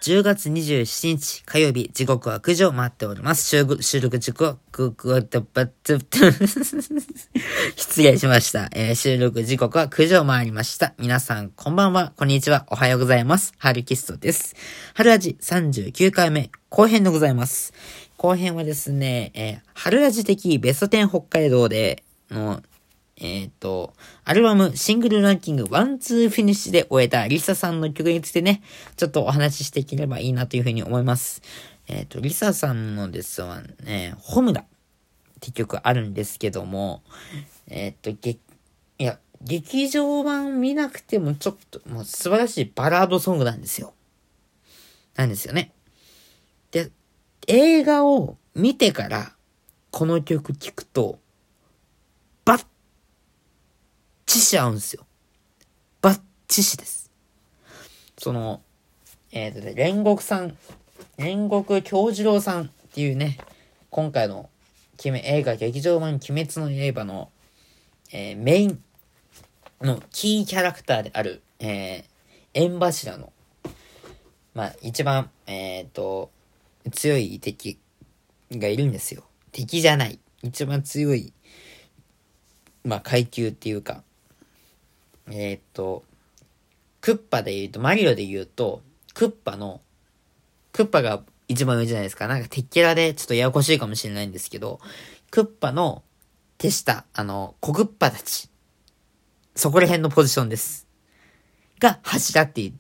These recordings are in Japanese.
10月27日火曜日、時刻は9時を回っております。収録時刻は失礼しました。収録時刻は9時を回りました。皆さん、こんばんは、こんにちは、おはようございます。ハルキストです。春ラジ39回目、後編でございます。後編はですね、春ラジ的ベスト10北海道での、アルバムシングルランキング1、2フィニッシュで終えたリサさんの曲についてね、ちょっとお話ししていければいいなというふうに思います。リサさんのですわね、ホムラって曲あるんですけども、劇場版見なくてもちょっともう素晴らしいバラードソングなんですよね。で、映画を見てからこの曲聴くと、バッチシ合うんですよ。バッチシです。煉獄京次郎さんっていうね、今回の映画劇場版鬼滅の刃の、メインのキーキャラクターである、縁柱の、一番、強い敵がいるんですよ。敵じゃない。一番強い、階級っていうか、クッパで言うと、マリオで言うと、クッパが一番上じゃないですか。なんか敵キャラでちょっとややこしいかもしれないんですけど、クッパの手下、小クッパたち。そこら辺のポジションです。が、柱って言って、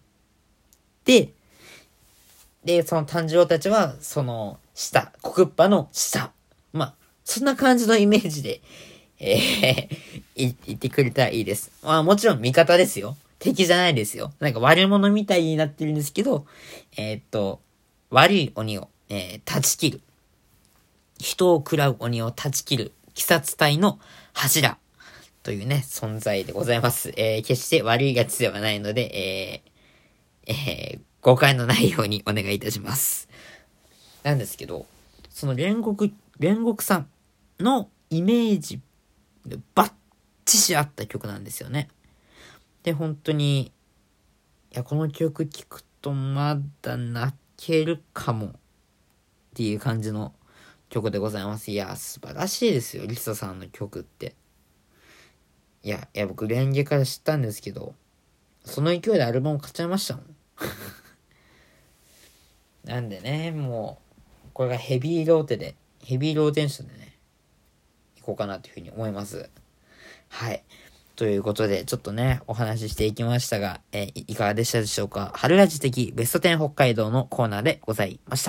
で、その炭治郎たちは、その下、小クッパの下。そんな感じのイメージで、言ってくれたらいいです。もちろん味方ですよ。敵じゃないですよ。なんか悪者みたいになってるんですけど、悪い鬼を、断ち切る。人を食らう鬼を断ち切る。鬼殺隊の柱というね、存在でございます。決して悪いやつではないので、誤解のないようにお願いいたします。なんですけど、その煉獄さんのイメージでバッチシ合った曲なんですよね。で、本当に、この曲聴くとまだ泣けるかもっていう感じの曲でございます。素晴らしいですよ、リサさんの曲って。僕、レンゲから知ったんですけど、その勢いでアルバム買っちゃいましたもん。なんでね、もう、これがヘビーローテンションでね、こうかなというふうに思います。はい。ということで、ちょっとね、お話ししていきましたが、いかがでしたでしょうか。春ラジ的ベスト10北海道のコーナーでございました。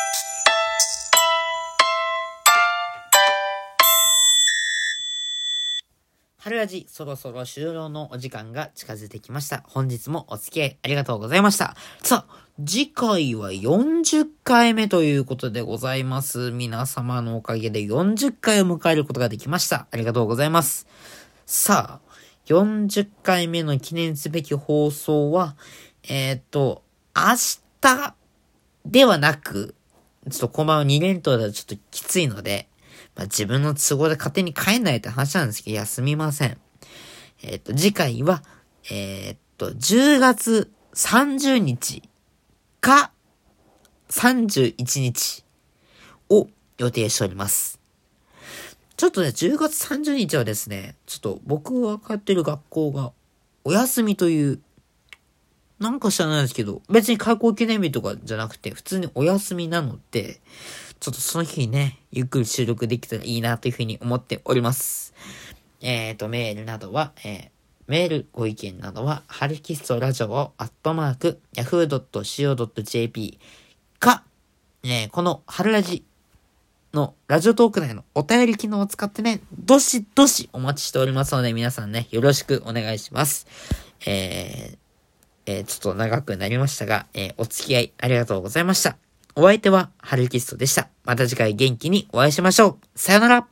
春ラジ、そろそろ終了のお時間が近づいてきました。本日もお付き合いありがとうございました。さあ、次回は40回目ということでございます。皆様のおかげで40回を迎えることができました。ありがとうございます。さあ、40回目の記念すべき放送は、明日ではなく、ちょっとこのまま2連投だとちょっときついので、自分の都合で勝手に帰んないって話なんですけど、すみません。次回は、10月30日か31日を予定しております。ちょっとね、10月30日はですね、ちょっと僕が通ってる学校がお休みという、なんか知らないですけど、別に開校記念日とかじゃなくて、普通にお休みなので、ちょっとその日にね、ゆっくり収録できたらいいなというふうに思っております。メールなどは、メールご意見などは、ハルキストラジオ@yahoo.co.jp か、このハルラジのラジオトーク内のお便り機能を使ってね、どしどしお待ちしておりますので、皆さんね、よろしくお願いします。ちょっと長くなりましたが、お付き合いありがとうございました。お相手はハルキストでした。また次回元気にお会いしましょう。さよなら。